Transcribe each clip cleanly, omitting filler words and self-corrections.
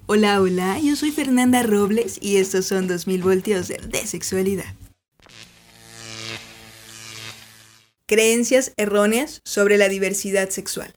Hola, hola, yo soy Fernanda Robles y estos son 2000 voltios de sexualidad. Creencias erróneas sobre la diversidad sexual.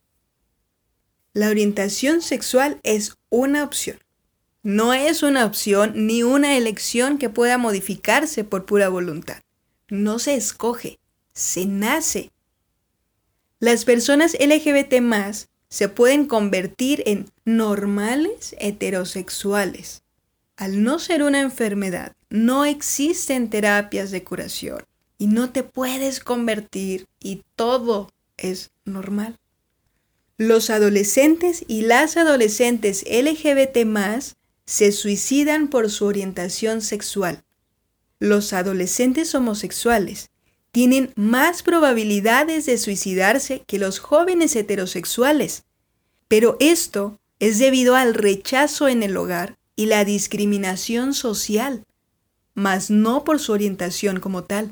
La orientación sexual es una opción. No es una opción ni una elección que pueda modificarse por pura voluntad. No se escoge, se nace. Las personas LGBT+ se pueden convertir en normales heterosexuales. Al no ser una enfermedad, no existen terapias de curación y no te puedes convertir y todo es normal. Los adolescentes y las adolescentes LGBT+ se suicidan por su orientación sexual. Los adolescentes homosexuales tienen más probabilidades de suicidarse que los jóvenes heterosexuales, pero esto es debido al rechazo en el hogar y la discriminación social, mas no por su orientación como tal.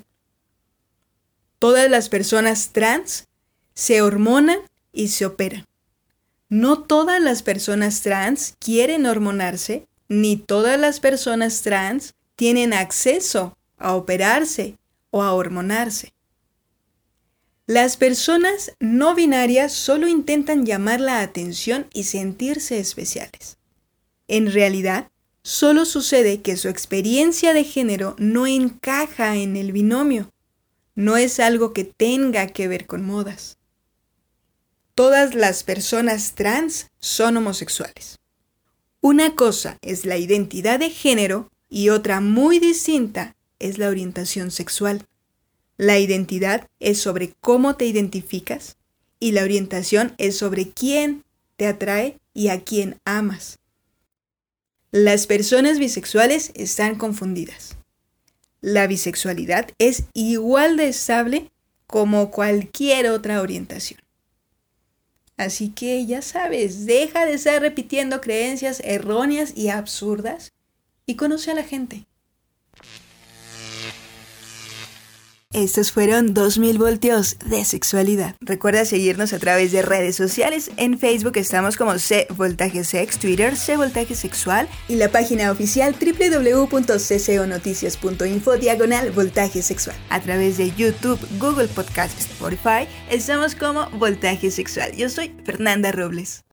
Todas las personas trans se hormonan y se operan. No todas las personas trans quieren hormonarse, ni todas las personas trans tienen acceso a operarse o a hormonarse. Las personas no binarias solo intentan llamar la atención y sentirse especiales. En realidad, solo sucede que su experiencia de género no encaja en el binomio. No es algo que tenga que ver con modas. Todas las personas trans son homosexuales. Una cosa es la identidad de género y otra muy distinta es la orientación sexual. La identidad es sobre cómo te identificas y la orientación es sobre quién te atrae y a quién amas. Las personas bisexuales están confundidas. La bisexualidad es igual de estable como cualquier otra orientación. Así que ya sabes, deja de estar repitiendo creencias erróneas y absurdas y conoce a la gente. Estos fueron 2000 voltios de sexualidad. Recuerda seguirnos a través de redes sociales. En Facebook estamos como C-Voltaje-Sex, Twitter C-Voltaje-Sexual y la página oficial www.cconoticias.info/Voltaje Sexual. A través de YouTube, Google Podcast, Spotify, estamos como Voltaje Sexual. Yo soy Fernanda Robles.